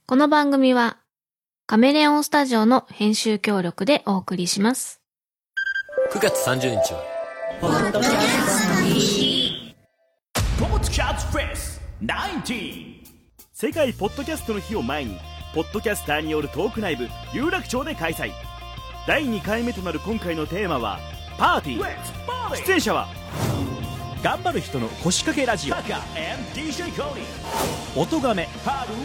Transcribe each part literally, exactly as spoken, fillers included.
この番組はカメレオンスタジオの編集協力でお送りします。 くがつさんじゅうにちはポッドキャストの日。ポッドキャストフェスじゅうきゅう。世界ポッドキャストの日を前に、ポッドキャスターによるトークライブ有楽町で開催。だいにかいめとなる今回のテーマはパーティー。出演者は頑張る人の腰掛けラジオ、音がめ、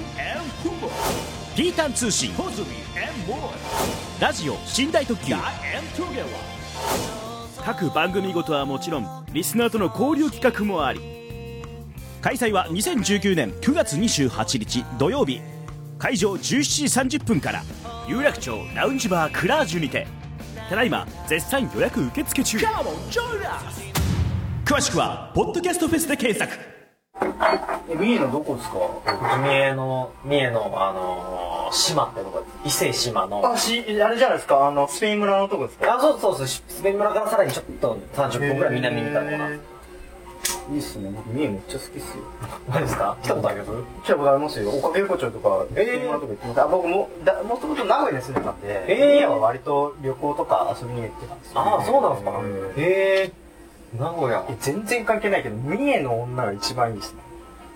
ピータン通信、ラジオ寝台特急。各番組ごとはもちろんリスナーとの交流企画もあり、開催はにせんじゅうきゅうねんくがつにじゅうはちにち土曜日、会場じゅうしちじさんじゅっぷんから有楽町ラウンジバークラージュにて、ただいま絶賛予約受付中。詳しくはポッドキャストフェスで検索。 え、三重のどこですか？ 三重の、三重の、あのー、島ってとこです。伊勢島の。 あ、し、あれじゃないですか、あの、スペイン村のとこですか？ あ、そうそうそう、スペイン村からさらにちょっとさんじゅっぷんくらい南にいたのかな。 いいっすね、僕三重めっちゃ好きっすよ。 何ですか？来たことあります？ 来たことありますよ。おかげ横丁とか、スペイン村とか行ってます。あ、僕も、だ、もともと名古屋に住んでたんで、 えー、 三重は割と旅行とか遊びに行ってたんですよ、ね。 ああ、そうなんですか？へえー、名古屋。 え、全然関係ないけど、三重の女が一番いいですね。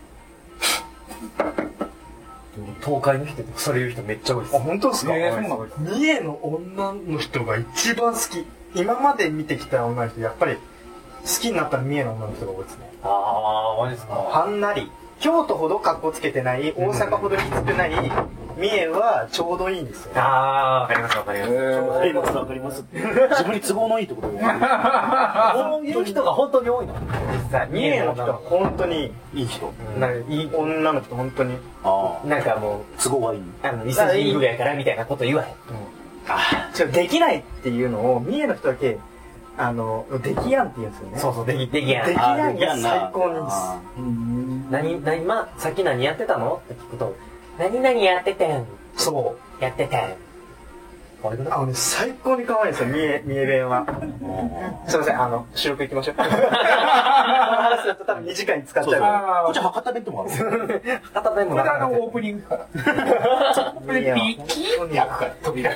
東海の人ってそれ言う人めっちゃ多いです。 あ、本当ですか？ えー、そうなんです。 三重の女の人が一番好き。今まで見てきた女の人、やっぱり好きになったら三重の女の人が多いですね。 ああ、マジですか？ はんなり。京都ほど格好つけてない、大阪ほどきつくない、三重はちょうどいいんですよ、ね。 ああ、わかりますわかります。 わかりますわかります。自分に都合のいいってことです。 そういう人が本当に多いの？ 実際、三重の人は本当にいい人。なんかいい女の人本当に。 ああ。なんかもう、 都合がいい。 あの、伊勢神宮やからみたいなこと言わへん。 ああ、違う、できないっていうのを、三重の人だけ、あの、できやんって言うんですよね。 そうそう、でき、できやん。 できやんが最高にいいです。 何、何、ま、さっき何やってたのって聞くと、何々やっててん。 そう。 やっててん。 あれあのね、最高に可愛いですよ、三重、三重弁は。すいません、あの、収録行きましょう。この話だと多分にじかんに使っちゃう。ああ、こっち博多弁ともある。 博多弁もなかなか。 オープニングから。オープニングピーキーって開くから、扉。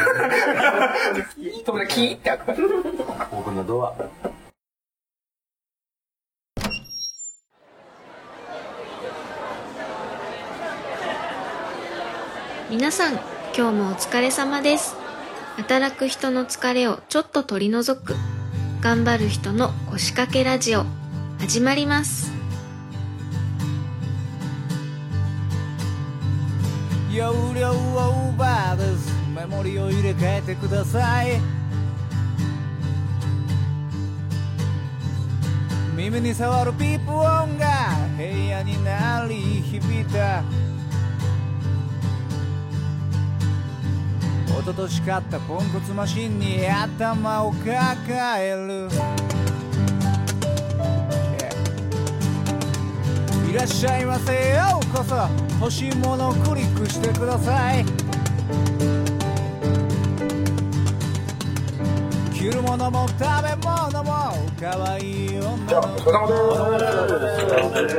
扉キーって開くから。 オープンのドア。 皆さん、今日もお疲れ様です。働く人の疲れをちょっと取り除く、頑張る人の腰掛けラジオ、始まります。 容量オーバーです。メモリを入れ替えてください。耳に触るピープ音が部屋に鳴り響いた。一昨年買ったポンコツマシンに頭を抱える、yeah. いらっしゃいませ、ようこそ。欲しいものをクリックしてください。着るものも食べ物も可愛い女の子。 じゃあ、お疲れ様です。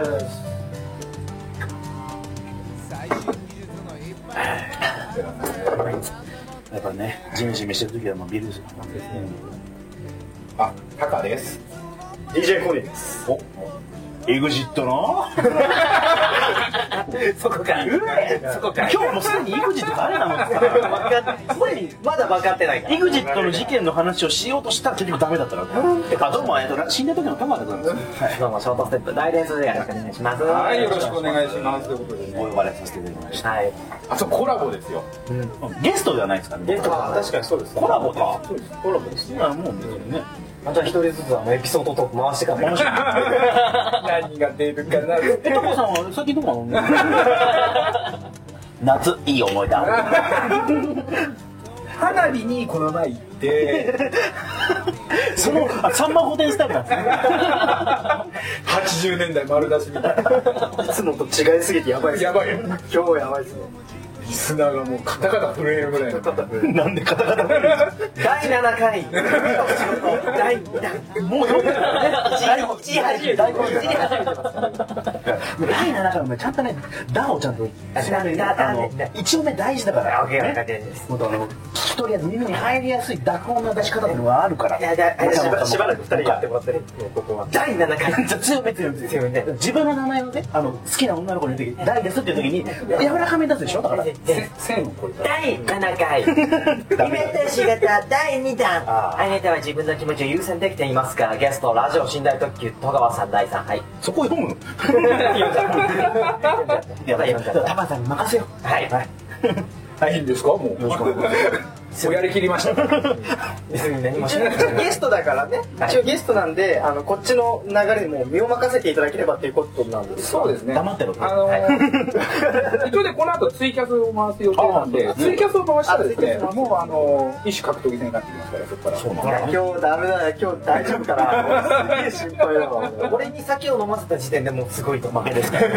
最新技術の一般やっぱね、ジメジメしてるときはもうビールですよ。 あ、タカです。 ディージェー コニーです。 お、エグジットのそこか。そこか。 今日もうすでに イグジット 誰なのってすでにまだ分かってないから。 イグジット の事件の話をしようとしたら結局ダメだったから。あ、どうも、えっと、死んだ時のタカでございます。はい。 どうも、ショートステップ、大連数でよろしくお願いします。 はい、よろしくお願いします。ということでね、 お呼ばれさせていただきました。 はい。 あ、そう、コラボですよ。 ゲストではないですからね。 ゲストあ、確かにそうです。コラボか。そうです。コラボですね。もう別にね。 あとは一人ずつあのエピソードトーク回してからね。 何が出るかな。 え、タコさんは最近どこなの？夏、いい思い出。 花火にこの前行って、 その、あ、さんま御殿スタイルなんですね。 はちじゅうねんだい丸出しみたいな。 いつもと違いすぎてやばいです。 やばいよ。 今日やばいですね。 リスナーがもうカタカタ震えるぐらいの。 なんでカタカタ震えるだいななかいだいもう読んでるからね。 だいいち始めだいいち始めてますだいななかいちゃんとね、だをちゃんと一応ね大事だから。 オッケー、わかりです。 もっとあの聞き取りやすい耳に入りやすい濁音の出し方っていうのがあるから。 いやいやしばらくふたりやってもらってね。ここはだいななかい強め強め強め。自分の名前をね、あの好きな女の子に言う時、大ですっていう時に柔らかめに出すでしょ。だから線を超えた。 だいななかいイベントしがただいにだん。あなたは自分の気持ちを優先できていますか。ゲストラジオ寝台特急戸川さんだいさん。はい。 そこを読むの。やばいよ。玉さんに任せよう。 はいはい。いいんですかもう。よろしくお願いします。もうやりきりました。 別に何もし一応ゲストだからね。一応ゲストなんで、あのこっちの流れにも身を任せていただければっていうことなんです。 そうですね。 黙ってろ。 あの一応ねこの後ツイキャスを回す予定なんで、ツイキャスを回したらですね、もうあの一種格闘技戦になってきますから、そこから。そうなんだ。今日ダメだよ。今日大丈夫かな。すげえ心配だわ。 俺に酒を飲ませた時点でもうすごいと負けですから。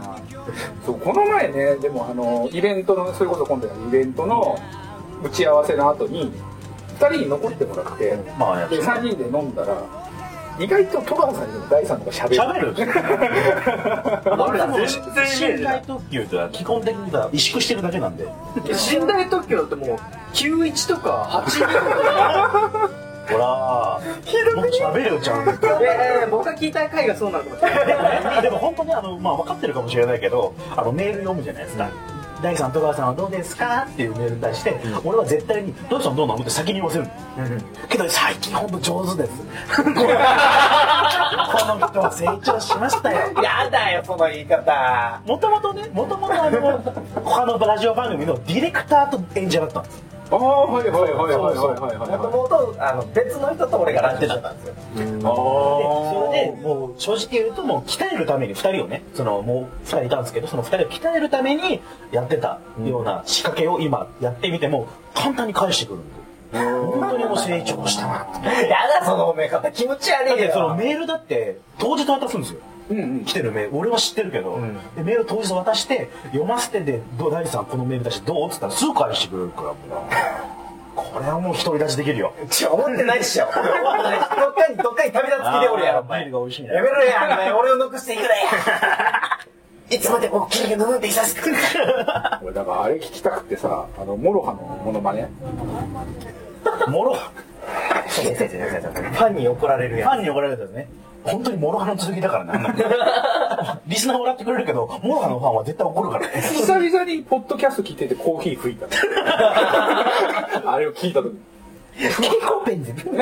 そうこの前ね、でもあのイベントのそれこそ今度のイベントの打ち合わせの後にふたりに残ってもらって、まあ、でさんにんで飲んだら意外と戸川さんにも大さんとかしゃべる。 しゃべる。寝台特急ってのは基本的には萎縮してるだけなんで。寝台特急だってもうきゅういちとかはちにとか。ほらー、もっとしゃべるよちゃんと。えー、僕が聞いた回がそうなのかもしれない。でも本当にあのまあ分かってるかもしれないけど、あのメール読むじゃないですか。大さん戸川さんはどうですかっていうメールに対して、うん、俺は絶対に「どうさんどうなの?」って先に言わせる、うん、けど最近ほんと上手ですこの人は成長しましたよ。 やだよその言い方。 もともとねもともとあの他のラジオ番組のディレクターと演者だったんです。 ああはいはいはいはいはいはい。 もともとあの別の人と俺がラジオだったんですよ。 でそれでもう正直言うともう鍛えるためにふたりをね、そのもうふたりいたんですけど、そのふたりを鍛えるためにやってたような仕掛けを今やってみても簡単に返してくるんで、本当にもう成長したなって。 やだその褒め方気持ち悪いよ。 そのメールだって当日渡すんですよ。うんうん、来てるメール俺は知ってるけど、うん、でメール当日渡して読ませてで「大地さんこのメール出してどう?」っつったらすぐ返してくれるからもうこれはもう独り立ちできるよ。 ちょ思ってないっしょ。思ってないしどっかにどっかに旅立つ気でおるやろお前。 ビールが美味しいね。 やめろや俺を残していくなや。いつまでも君が飲んでいさせてくれ。 俺だからあれ聞きたくてさ、あのモロハのモノマネモロファンに怒られるやつ。 ファンに怒られるやつね。本当にモロハの続きだからね。リスナー笑ってくれるけどモロハのファンは絶対怒るからね。 久々にポッドキャスト聞いててコーヒー吹いた。あれを聞いた時ケコペンでケコペン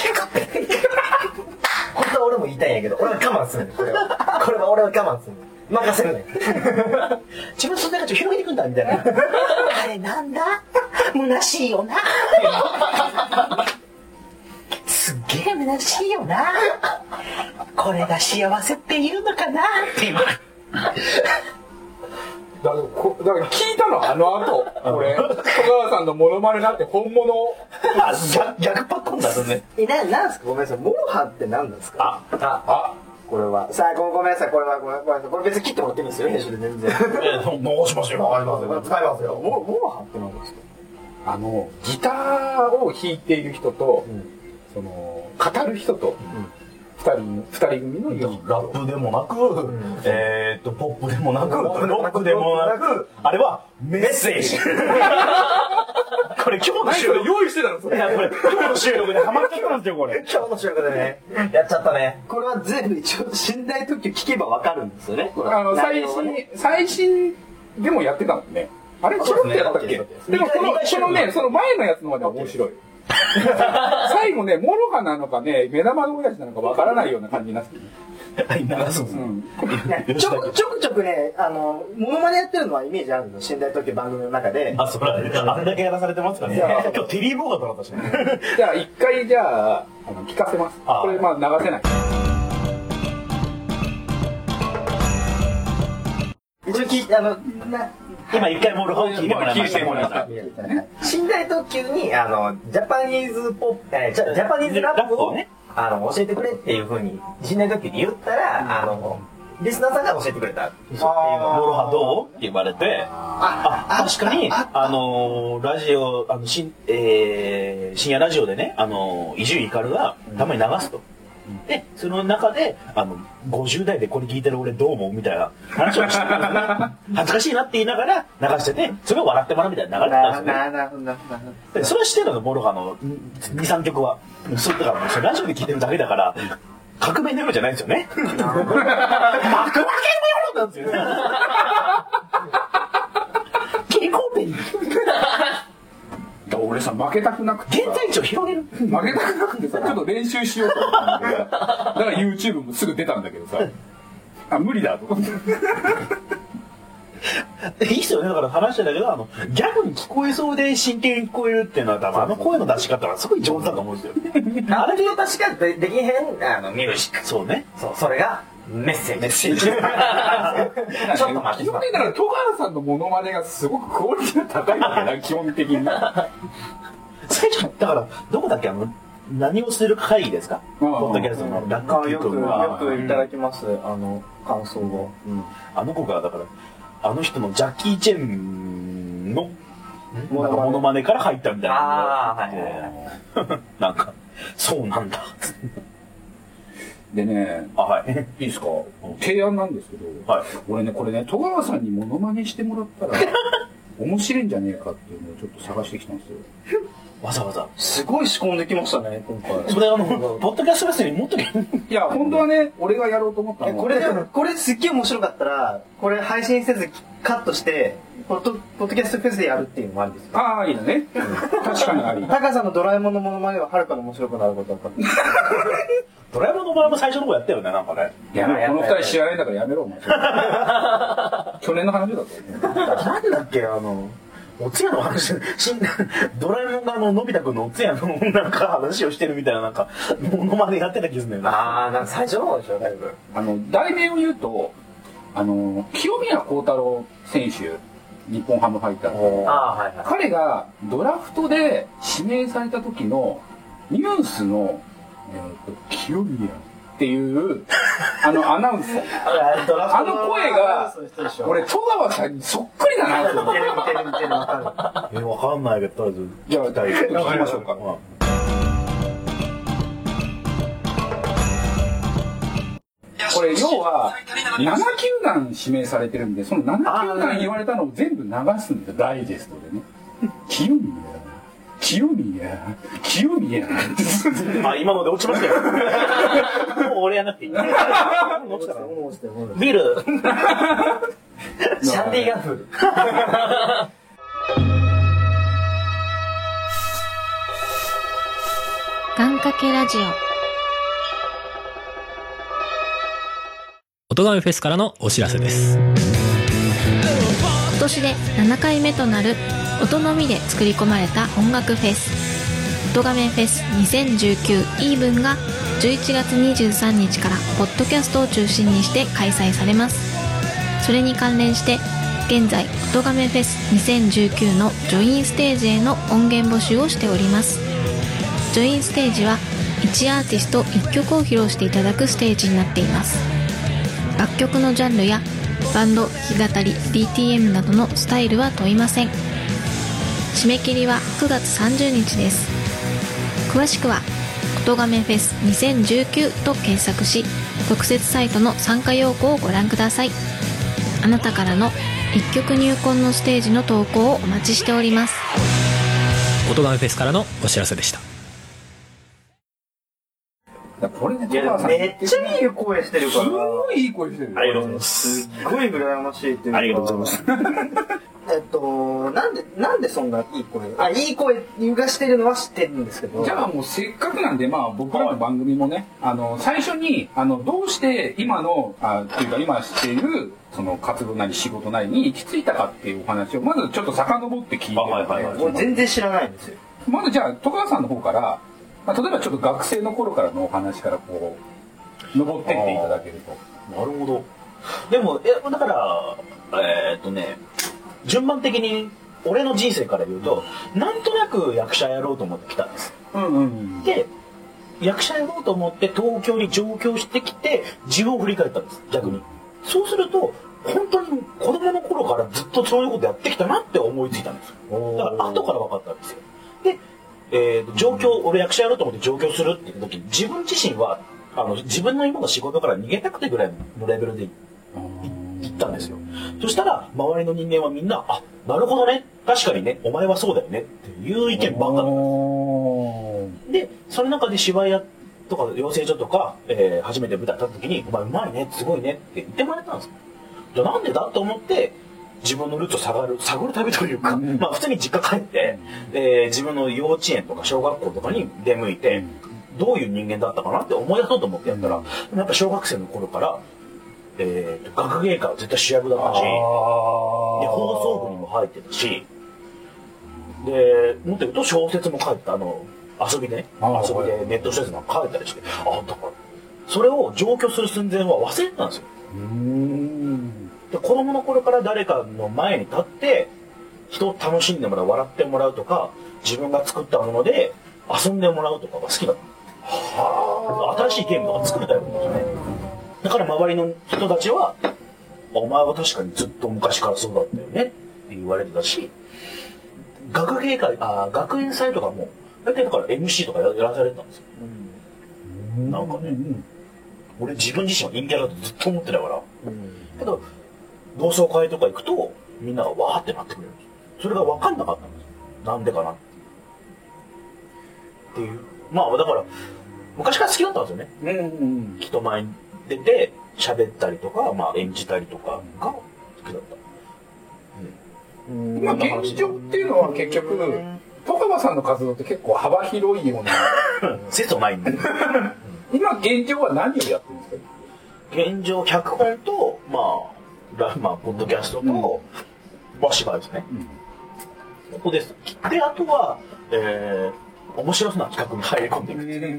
本当は俺も言いたいんやけど俺は我慢するねこれはこれは俺は我慢するね任せるね。 自分そんな感じを広げていくんだみたいな。あれなんだ虚しいよな。すっげえ虚しいよな。これが幸せっていうのかなっていう。 だからこだから聞いたのあの後俺戸川さんのモノマネなんて本物。 あ逆逆パターンだとね。えななんですかごめんなさいモロハって何なんですか。あああこれはさあごめんなさいこれはごめんなさいこれ別に切ってもらっていいんですよ編集で全然。えどうしますよ。わかりますよ。使いますよ。モモロハって何ですか。 あのギターを弾いている人と、うん、その語る人と。うん二人二人組のユニット。ラップでもなく、うん、えーっとポップでもなく、ロックでもなく、あれはメッセージ。これ今日の収録用意してたのそれ。いやこれ今日の収録でハマっちゃったんですよこれ。 今日の収録でねやっちゃったね。 これは全部一応寝台特急聞けばわかるんですよね。 あの最新最新でもやってたもんね。あれちょっとやったっけ。でもこのこのねその前のやつの方が面白い。最後ね、モロハなのかね、目玉の親父なのかわからないような感じになってる。はい、流すんです。ちょくちょくちょくね、あの、モノマネやってるのはイメージあるの、寝台特急番組の中で。あ、それは、あれだけやらされてますからね。今日テリーボーガーだったしね。じゃあ、一回じゃあ、あの、聞かせます。これ、まあ、流せない。一応聞いて、あの、な、今一回モロハを聞いてもらいました。寝台特急にあのジャパニーズポップ、えー、ジャパニーズラップをねあの教えてくれっていう風に寝台特急で言ったら、うん、あのリスナーさんが教えてくれた。 モロハどうって言われて、あ、あ確かに、あのー、ラジオ、あの、しえー、深夜ラジオでね、あのー、伊集院光がたまに流すと。で、その中で、あの、ごじゅう代でこれ聞いてる俺どう思うみたいな話をしてるんですね。恥ずかしいなって言いながら流してて、それを笑ってもらうみたいな流れてたんですよね。 なるほど、なるほど。 それはしてるの、モロハのに、さんきょくは。そうだから、それラジオで聞いてるだけだから、革命の夜じゃないんですよね。幕開けの夜なんですよね。蛍光ペン。 俺さ、負けたくなくて現在地を広げる。 負けたくなくてさ、ちょっと練習しようと思ったんだけど、だから YouTube もすぐ出たんだけどさ、あ、無理だと思って。 いいっすよね。だから話してたけど、あの、ギャグに聞こえそうで真剣に聞こえるっていうのは、多分あの声の出し方はすごい上手だと思うんですよ。 あれで確かでできへん、あの、ミュージック。 そうね。 そう、それが、メッセージ。 メッセージ。 ちょっと待って。 基本的にだから、戸川さんのモノマネがすごくクオリティが高いわけだ、基本的に。 最初、だから、どこだっけ、あの、何をする会議ですか？ポッドキャストのラックよく、よくいただきます、あの、感想を。 あの子が、だから、あの人のジャッキー・チェンの、モノマネから入ったみたいな。 ああ、はい。 なんか、そうなんだ。 でね、 あ、はい。 いいですか？提案なんですけど、 はい、 俺ね、これね、戸川さんにモノマネしてもらったら、面白いんじゃねえかっていうのをちょっと探してきたんですよ。 わざわざ。 すごい仕込んできましたね、今回。 それあの、ポッドキャストレッスンに持っとけ。 いや、本当はね、俺がやろうと思ったの。 これでも、これすっげえ面白かったら、これ配信せずカットして、ポッド、ポッドキャストフェスでやるっていうのもありですよ。 ああ、いいのね。確かにあり。 タカさんのドラえもんのものまねははるかに面白くなることだった。 ドラえもんの前も最初の方やったよね、なんかね。 いや、この二人知らないんだからやめろ、お前。去年の話だと。 なんでだっけ、あの、おつやの話、ドラえもんがあの、のび太くんのおつやのなんか話をしてるみたいな、なんか、ものまでやってた気がするんだよね。 ああ、なんか最初の方でしょ、だいぶ。 あの、題名を言うと、あの、清宮幸太郎選手、日本ハムファイターズ。 あー、はいはい。 彼がドラフトで指名された時のニュースの、えーと、清宮っていうあのアナウンサーあの声が俺戸川さんにそっくりだなと思って見てる見てる見てるわかる。 え、わかんないけど、とりあえずじゃあ聞きたい。 聞きましょうか。これ要はななきゅうだん指名されてるんで、そのななきゅうだん言われたのを全部流すんだよ、ダイジェストでね。清宮清宮清宮あ、今ので落ちましたよ。もう俺やなくていい。落ちたから。ビール。 シャンディガフ。 願掛けラジオ。 音亀フェスからのお知らせです。 今年でななかいめとなる音のみで作り込まれた音楽フェス、音亀フェスにせんじゅうきゅうイーブンがじゅういちがつにじゅうさんにちからポッドキャストを中心にして開催されます。それに関連して現在音亀フェスにせんじゅうきゅうのジョインステージへの音源募集をしております。ジョインステージはいちアーティストいっきょくを披露していただくステージになっています。楽曲のジャンルやバンド、弾き語り、ディーティーエム などのスタイルは問いません。締め切りはくがつさんじゅうにちです。詳しくは音亀フェスにせんじゅうきゅうと検索し、特設サイトの参加要項をご覧ください。あなたからのいっきょく入魂のステージの投稿をお待ちしております。 音亀フェスからのお知らせでした。 これね、 いやめっちゃいい声してるから。 すごいいい声してる。 ありがとうございます。 すっごい羨ましいっていうか。 ありがとうございます。 えっと、なんで、なんでそんないい声、あ、いい声がしてるのは知ってるんですけど。 じゃあもうせっかくなんで、まあ僕らの番組もね、あの、最初に、あの、どうして今の、あ、っていうか今している、その活動なり仕事なりに行き着いたかっていうお話を、まずちょっと遡って聞いて、 はいはいはい、 もう全然知らないんですよ。 まずじゃあ、戸川さんの方から、まあ、例えばちょっと学生の頃からのお話からこう、登ってっていただけると。 なるほど。でも、え、だから、えー、っとね、順番的に俺の人生から言うと、なんとなく役者やろうと思ってきたんです。 うんうん、 で、役者やろうと思って東京に上京してきて、自分を振り返ったんです、逆に。 そうすると本当に子供の頃からずっとそういうことやってきたなって思いついたんですよ。だから後から分かったんですよ。で、えー、上京、俺役者やろうと思って上京するって言った時、自分自身はあの自分の今の仕事から逃げたくてぐらいのレベルで行ったんですよ。そしたら周りの人間はみんな、あ、なるほどね、確かにね、お前はそうだよねっていう意見ばっかなんです。で、その中で芝居やとか養成所とか、えー、初めて舞台立った時に、お前うまいね、すごいねって言ってもらえたんですよ。じゃあなんでだと思って自分のルーツを探る探る旅というか、うん、まあ普通に実家帰って、えー、自分の幼稚園とか小学校とかに出向いて、どういう人間だったかなって思い出そうと思ってやったら、うん、やっぱ小学生の頃から、えー、学芸会は絶対主役だったし、で放送部にも入ってたし、でもっと言うと小説も書いてた、あの遊びでね、遊びでネット小説なんか書いたりして、あ、だからそれを上京する寸前は忘れてたんですよ。うーん、で子供の頃から誰かの前に立って人を楽しんでもらう、笑ってもらうとか、自分が作ったもので遊んでもらうとかが好きだった。はあ、新しいゲームとか作るタイプなんですよね。だから周りの人たちは、お前は確かにずっと昔からそうだったよねって言われてたし、学芸会、あ、学園祭とかも大体だから エムシー とかやらされてたんですよ。うん、なんかね、うん、俺自分自身は陰キャラだとずっと思ってたから、うん、けど同窓会とか行くとみんながわーってなってくれるんですよ。それが分かんなかったんですよ。なんでかなっていう。まあだから昔から好きだったんですよね。うんうん、人前に出て喋ったりとか、まあ、演じたりとかが好きだった。 うん、今現状っていうのは結局戸川さんの活動って結構幅広いような説を前に今現状は何をやってるんですか？ 現状脚本とまあラまあポッドキャストと、うん、まあ芝居ですね、うん、ここです。であとは、えー、面白そうな企画に入り込んでいくっていう、うん、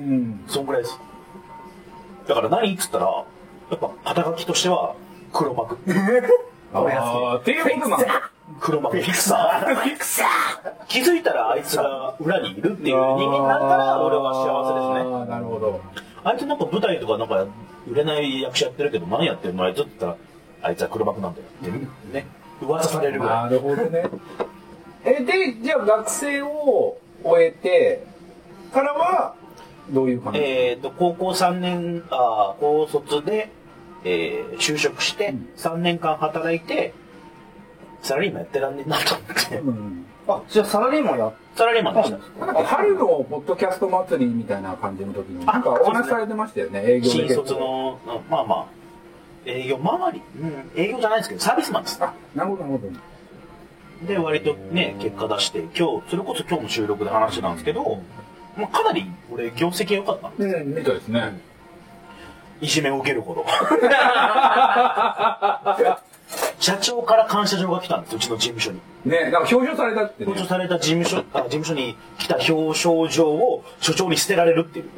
そんぐらいです。だから何っつったらやっぱ肩書きとしては黒幕ああっていうことなんだ。 黒幕フィクサーフィクサー気づいたらあいつが裏にいるっていう人間になったら俺は幸せですね。 ああなるほど。 あいつなんか舞台とかなんか売れない役者やってるけど何やってるのあいつって言ったらあいつは黒幕なんだよってね噂されるぐらい。 なるほどね。えでじゃあ学生を終えてからはどういう感じ？ えっと高校さんねんあ高卒で、えー、就職してさんねんかん働いてサラリーマンやってらんねんなと思って、うん、 あ、じゃあサラリーマンやサラリーマンでした。 なんか春のポッドキャスト祭りみたいな感じの時になんかお話されてましたよね。営業新卒のまあまあ営業周り、うん、営業じゃないですけどサービスマンです。 あ、なるほどなるほど。で割とね結果出して今日それこそ今日の収録で話なんですけど、まあ、かなり俺業績が良かったんです。 うん、みたいですね。 いじめを受けるほど。社長から感謝状が来たんですうちの事務所に。 ね、なんか表彰されたって、ね。 表彰された事務所、あ、事務所に来た表彰状を所長に捨てられるっていう。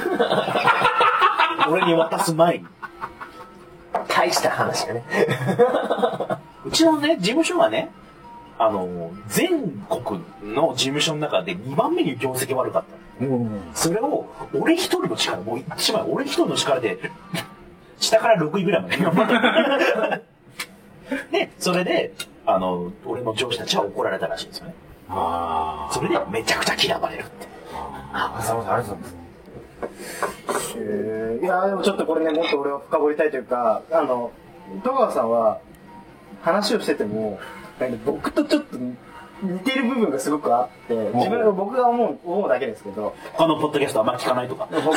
俺に渡す前に。 大した話だね。 うちのね、事務所はね、あの、全国の事務所の中でにばんめに業績悪かった。うん、それを、俺一人の力、もう一枚俺一人の力で、下からろくいぐらいまで頑張った。で、それで、あの、俺の上司たちは怒られたらしいんですよね。あそれでめちゃくちゃ嫌われるって。 ああ、そうそう、ありがとうございます。へえ。いや、でもちょっとこれね、もっと俺は深掘りたいというか、あの、戸川さんは、話をしてても、僕とちょっと似てる部分がすごくあって、自分が僕が思う、思うだけですけど。 他のポッドキャストあんまり聞かないとか。僕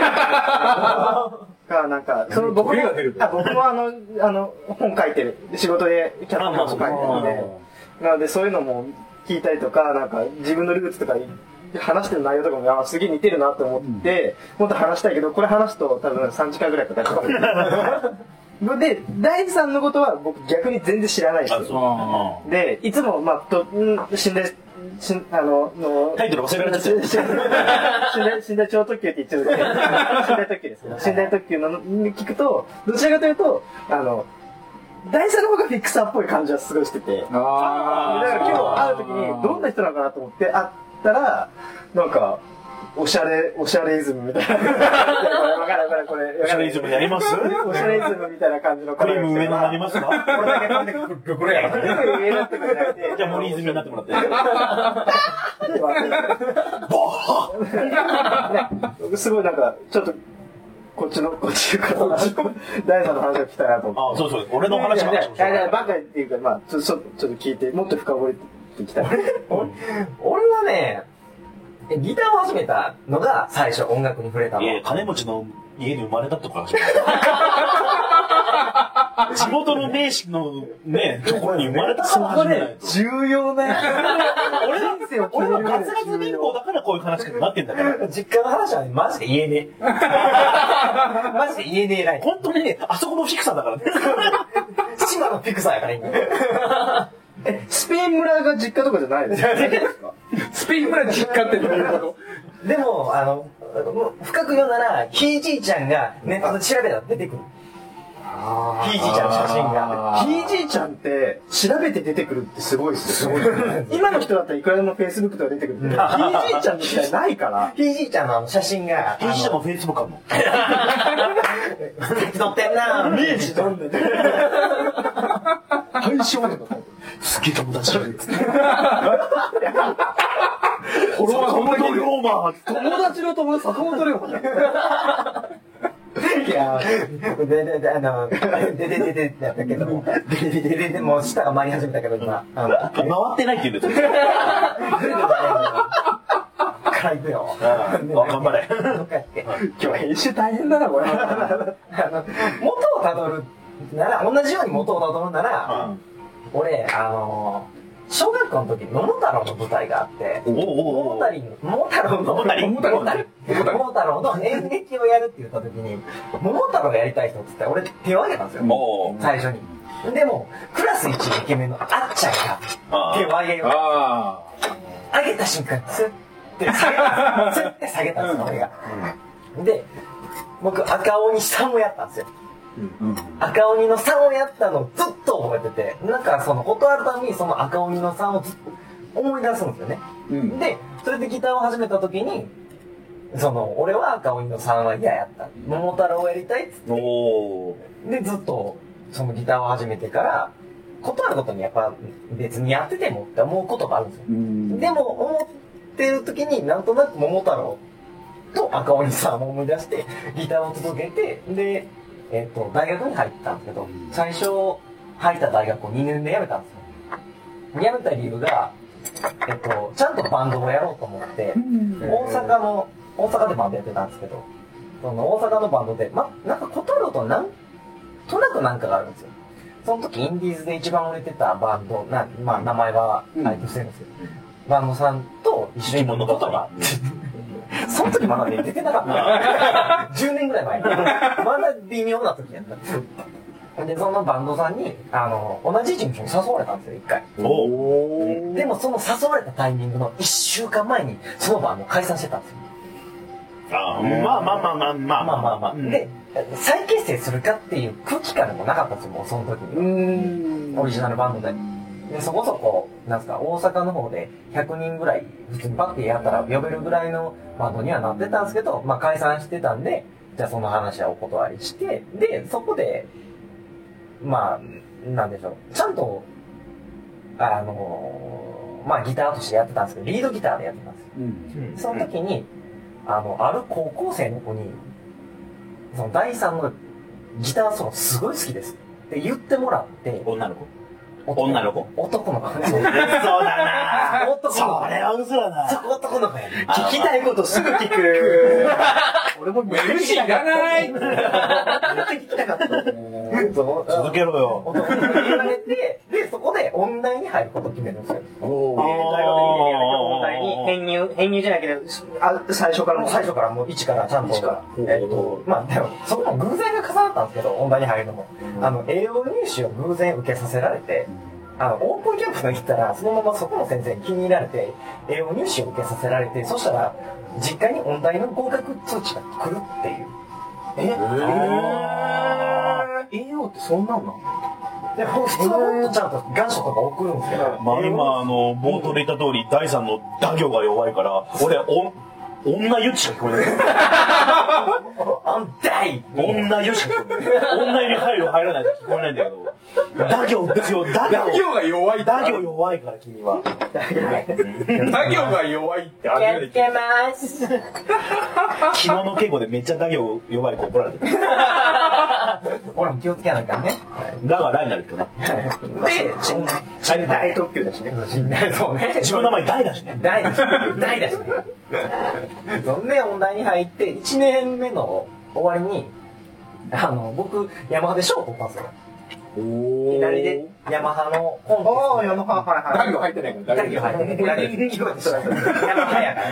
がなんか、その僕も、あ僕もあの、あの、本書いてる。仕事でキャラクターを書いてるので、なのでそういうのも聞いたりとか、なんか自分のルーツとか話してる内容とかもすげえ似てるなと思って、もっと話したいけど、これ話すと多分さんじかんぐらいかかると思う。で、大地さんのことは僕逆に全然知らないですよ。で、いつも、まあ、と、死んで、しん、あの、の、 タイトル忘れられちゃった。 死んだ超特急って言っちゃうんですけど、死んだ特急ですけど、死んだ特急の聞くと、どちらかというと、あの、大地さんの方がフィクサーっぽい感じはすごいしてて、あだから今日会う時にどんな人なのかなと思って会ったら、なんか、 おしゃれ、おしゃれイズムみたいな。わかるわかる、これ。 おしゃれイズムやりますおしゃれイズムみたいな感じの。 クリーム上になりますかこれだけ飛んでくる、これやから。 上になってくるじゃなくて。 じゃあ森泉になってもらって。 すごいなんか、ちょっと、こっちの、こっちから、大さんの話を聞きたいなと思って。 あ、そうそう、俺の話も。 いやいや、バカっていうか、まあ、ちょっと、ちょっと聞いて、もっと深掘りっていきたい。 俺はね、ギターを始めたのが最初音楽に触れたの。 いや、金持ちの家に生まれたとか。地元の名士のね、ところに生まれたから始めないと。 重要な。 俺の人生を俺はガツガツ貧乏だからこういう話になってんだから。 実家の話はね、マジで言えねえ。マジで言えねえライン。 本当にね、あそこのフィクサーだからね。 島のフィクサーやから今。 え、スペイン村が実家とかじゃないですか？ スペイン村実家ってどういうこと？ でも、あの、深く言うなら、ひいじいちゃんがネットで調べたら出てくる。ひいじいちゃんの写真が。 ひいじいちゃんって調べて出てくるってすごいっすよ。今の人だったらいくらでもフェイスブックとか出てくるけど、ひいじいちゃんの時代ないから。 ひいじいちゃんのあの写真が。 ひいじいちゃんもフェイスブックあるの？ 撮ってんなぁ。 明治どんでね。配信とかすげえ友達がいる。 フォロワー坂本龍馬。 友達の友達坂本龍馬。 いや、で、で、で、あの、で、で、で、で、で、やったけど、で、で、で、で、で、もう舌が回り始めたけど、今。 回ってないって言うんですよ。 から行くよ。 頑張れ。 今日編集大変だな、これ。 元をたどるなら、同じように元をたどるなら、俺、あの、小学校の時に桃太郎の舞台があって、桃太郎の、桃太郎の、桃太郎の演劇をやるって言った時に、桃太郎がやりたい人って言ったら俺手を挙げたんですよ。最初に。でも、クラスいちイケメンのあっちゃんが手を挙げよう。挙げた瞬間、ツッて下げたんですよ。ツッて下げたんですよ、俺が。で、僕、赤鬼さんをやったんですよ。赤鬼のさんをやったのをずっと覚えてて、なんかその断るたびにその赤鬼のさんをずっと思い出すんですよね。うん、で、それでギターを始めた時に、その、俺は赤鬼のさんは嫌やった。桃太郎をやりたいっつって。で、ずっとそのギターを始めてから、断ることにやっぱ別にやっててもって思うことがあるんですよ。うん、でも思ってる時になんとなく桃太郎と赤鬼さんを思い出して、ギターを届けて、で、えっと、大学に入ったんですけど、最初入った大学をにねんで辞めたんですよ。辞めた理由が、えっと、ちゃんとバンドをやろうと思って、大阪の、大阪でバンドやってたんですけど、その大阪のバンドで、ま、なんか断るとなんとなくなんかがあるんですよ。その時インディーズで一番売れてたバンド、なまあ名前はあれとしてるんですけど、バンドさんと一緒にバンドとか、その時まだね、出てなかった。じゅうねんぐらい前に。まだ微妙な時やった。で、そのバンドさんに、あの、同じ事務所に誘われたんですよ、一回。でも、その誘われたタイミングの一週間前に、そのバンド解散してたんですよ。 あまあまあまあまあまあまあまあまあ。で、再結成するかっていう空気感でもなかったんですよ、もうその時に。オリジナルバンドで。で、そこそこ、なんですか、大阪の方でひゃくにんぐらい、普通にバッてやったら呼べるぐらいのバンドにはなってたんですけど、まあ解散してたんで、じゃあその話はお断りして、で、そこで、まあ、なんでしょう、ちゃんと、あの、まあギターとしてやってたんですけど、リードギターでやってたんですよ。うん、その時に、あの、ある高校生の子に、その第三のギターソロすごい好きですって言ってもらって、 女の子女の子男の子。 そうだな男の子。 それは嘘だな。 そこ男の子やね。 聞きたいことすぐ聞く。 俺も エムシー いらないって聞きたかった。 続けろよ。 男の子に言われて、で、そこで音大に入ることを決めるんですよ。 大学で音大に編入、編入じゃないけど、あ、最初からも最初からもう一からちゃんと。えっと、まあ、でも、そこも偶然が重なったんですけど、音大に入るのも。あの、栄養入試を偶然受けさせられて、あの、オープンキャンプに行ったら、そのままそこの先生に気に入られて、栄養入試を受けさせられて、そしたら、実家に音大の合格通知が来るっていう。 ええー、栄養ってそんなんなの？ で普通はもっとちゃんと願書とか送るんですけど。 まあ今、あの、冒頭で言った通り、第三の打行が弱いから、俺、音、 女湯しか聞こえない。 あんたい女湯しか聞こえない。女湯に入る入らないと聞こえないんだけど。ダ行ですよ、ダ行。 ダ行が弱い。 ダ行弱いから君は。 ダ行が弱いって初めて聞いた。 やってます。 着物敬語でめっちゃダ行弱い子怒られてる。 俺も気をつけなきゃね。 だからラになるけどね。 で、 寝台特急だしね。 そうね。 自分の名前大だしね。 大だし。大だし。そんで、音大に入って、いちねんめの終わりに、あの、僕、ヤマハで賞を取ったんですよ。左で、ヤマハのコンテスト。 ああ、ヤマハ、はいはい。 ダ行入ってないから。 ダ行入ってない。ダ行ヤマハやから。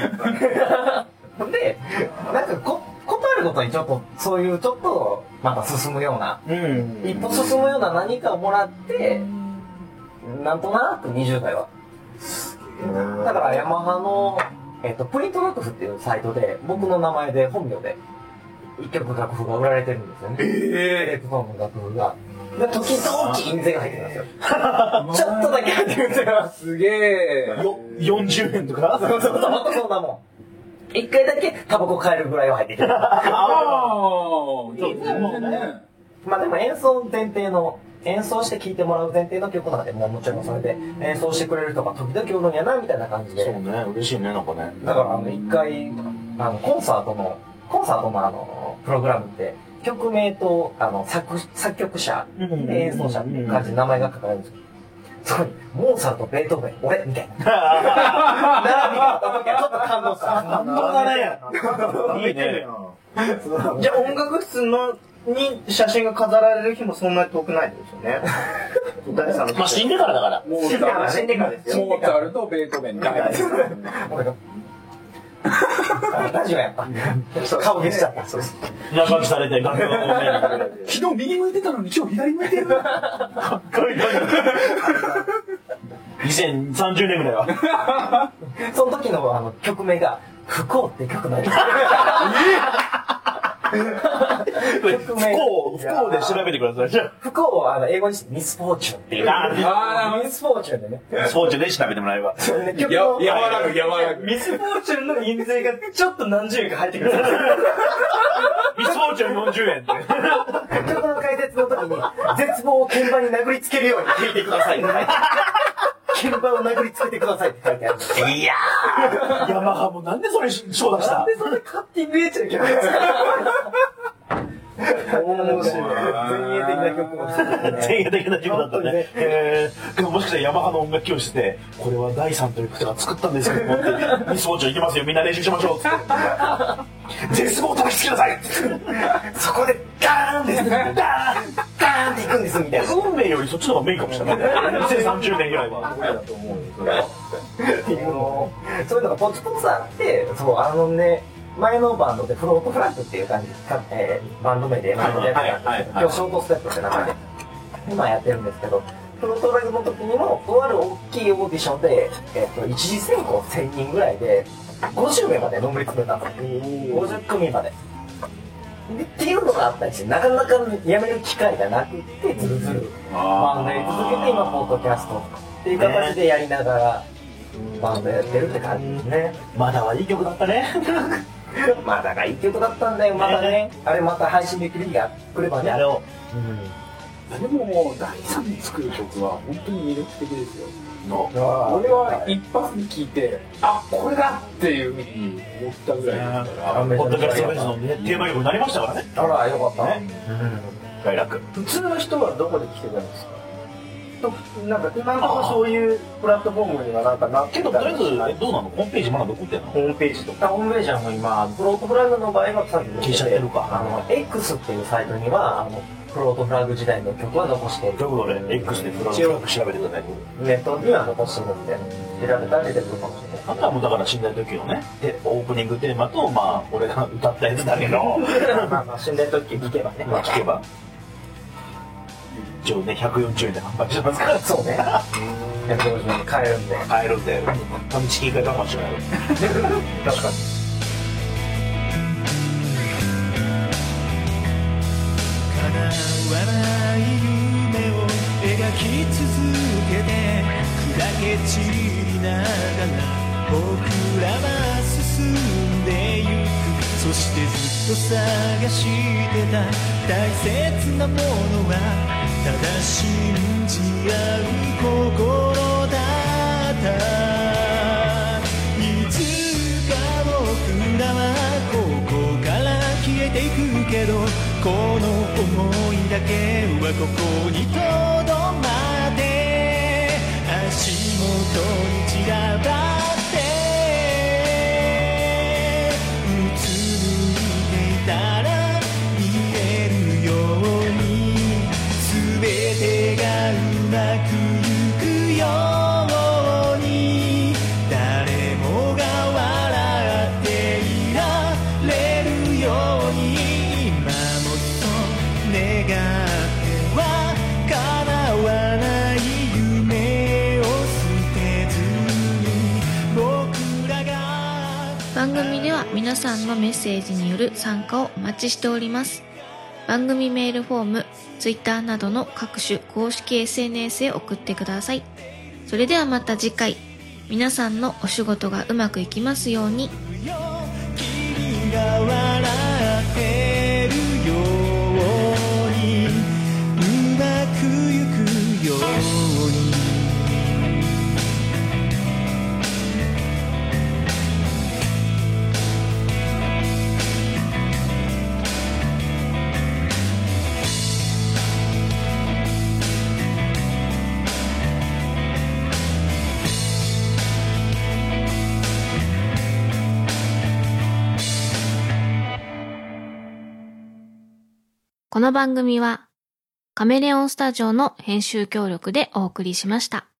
ほんで、なんかこ、ことあるごとにちょっと、そういうちょっと、また進むような、一歩進むような何かをもらって、なんとなくにじゅう代は。だからヤマハの、えっと、プリント楽譜っていうサイトで、僕の名前で本名で、一曲楽譜が売られてるんですよね。えー、エレクトーンの楽譜が。で、時々印税が入ってるんですよ。ちょっとだけ入ってるんですよ。 すげえ。 よ、よんじゅうえんとかそうそうそう、ほんとそんなもん。一回だけタバコ買えるぐらいは入ってきてる。 ああ、いいね。 まあでも演奏前提の、演奏して聴いてもらう前提の曲なんで、もうもちろんそれで演奏してくれる人が時々おるんやな、みたいな感じで。 そうね、嬉しいね、なんかね。 だからあの、一回、あの、コンサートの、コンサートのあの、プログラムって、曲名と、あの、作、作曲者、演奏者っていう感じで名前が書かれるんですけど、そこに、モーツァルト、ベートーベン、俺みたいな。並びがあった時はちょっと感動した。 感動だね。いいね。 じゃあ音楽室の、に写真が飾られる日もそんなに遠くないですよね。第三の。 まあ死んでからだから。 モーツァルト、 死んでからですよ。 モーツァルト、ベートーベン、大好き。 俺が。ラジオやっぱ。顔消しちゃった。そうそう。 中されて、楽譜を目に。 昨日右向いてたのに今日左向いてる。 かっこいい。にせんさんじゅうねんぐらいは。 その時のあの曲名が、不幸って曲なんです。 不幸、不幸で調べてください。じゃあ。 不幸をあの英語にしてミスフォーチュンっていう。 ああ、 ミスフォーチュンでね。 スポーツで調べてもらえば。 曲や、 のやわらく、やわらく。 ミスフォーチュンの印税がちょっと何十円か入ってくる。 ミスフォーチュンよんじゅうえんって。 曲の解説の時に、絶望を鍵盤に殴りつけるように弾いてください。鍵盤を殴りつけてくださいって書いてある。 いやー、ヤマハもなんでそれ賞出した？ なんでそれ勝手に見えちゃう曲ですか？面白い。前衛的な曲も前衛的な曲だったね。えー、でももしかしたらヤマハの音楽教室で、これは第三という方が作ったんですけどもって、ミスフォーチュンいきますよ、みんな練習しましょうって。絶望を叩きつけなさいって。 そこでガーンです。ガーンガーンっていくんですみたいな。 運命よりそっちの方がメインかもしれない。にせんさんじゅうねんぐらいは。 そういうのがポツポツあって、そう、あのね、前のバンドでフロートフラッグっていう感じで、えー、バンド名でやってたんですけど、今日ショートステップって名前で今やってるんですけど、フロートフラッグの時にもとある大きいオーディションで、えー、と一次選考せんにんぐらいでごじゅうめいまで上り詰めたんですよ。ごじゅっくみまで。でっていうのがあったりして、なかなかやめる機会がなくってずるずるバンドやり続けて、今ポッドキャストっていう形でやりながらバンドやってるって感じですね。 まだはいい曲だったね。 まだがいい曲だったんだよ、まだね。あれまた配信できる日が来ればね。 あれを。 でも、第三に作る曲は本当に魅力的ですよ。 の俺は一発に聴いて、あ、これだっていうふうに思ったぐらいですから。 ポッドキャストベースのね、テーマ曲になりましたからね。 あら、よかったね。 快楽。 普通の人はどこで来てたんですか？となんか今のところそういうプラットフォームにはなんかなってけど、とりあえず、どうなの？ホームページまだ残ってんの？ ホームページとか。 ホームページはもう今、フロートフラグの場合はさっき消しちゃってるか。 あの、X っていうサイトには、あの、フロートフラグ時代の曲は残している。 ということで、X でフロートフラグ調べてください。 ネットには残してるんで、調べたら出てくるかもしれない。 あとはもうだから死んだ時のね、でオープニングテーマと、まあ、俺が歌ったやつだけど、 まあまあ、死んだ時聞けばね。 まあ聞けば。一応ね、ひゃくよんじゅうえんで販売してますから。 そうね。ひゃくよんじゅうえんで買えるんで。 買えるんで、ファミチキ買いかもしれない。 確かに。 叶わない夢を描き続けて砕け散りながら僕らは進んでそしてずっと探してた大切なものはただ信じ合う心だった。いつか僕らはここから消えていくけど、この想いだけはここにとどまって足元に散らばってうつむいていたら見えるように全てがうまくいくように、誰もが笑っていられるように、今もそう願っては叶わない夢を捨てずに僕らが。 番組では皆さんのメッセージによる参加をお待ちしております。番組メールフォーム、ツイッターなどの各種公式 エスエヌエス へ送ってください。それではまた次回、皆さんのお仕事がうまくいきますように。 君が笑ってるようにうまくゆくように。 この番組はカメレオンスタジオの編集協力でお送りしました。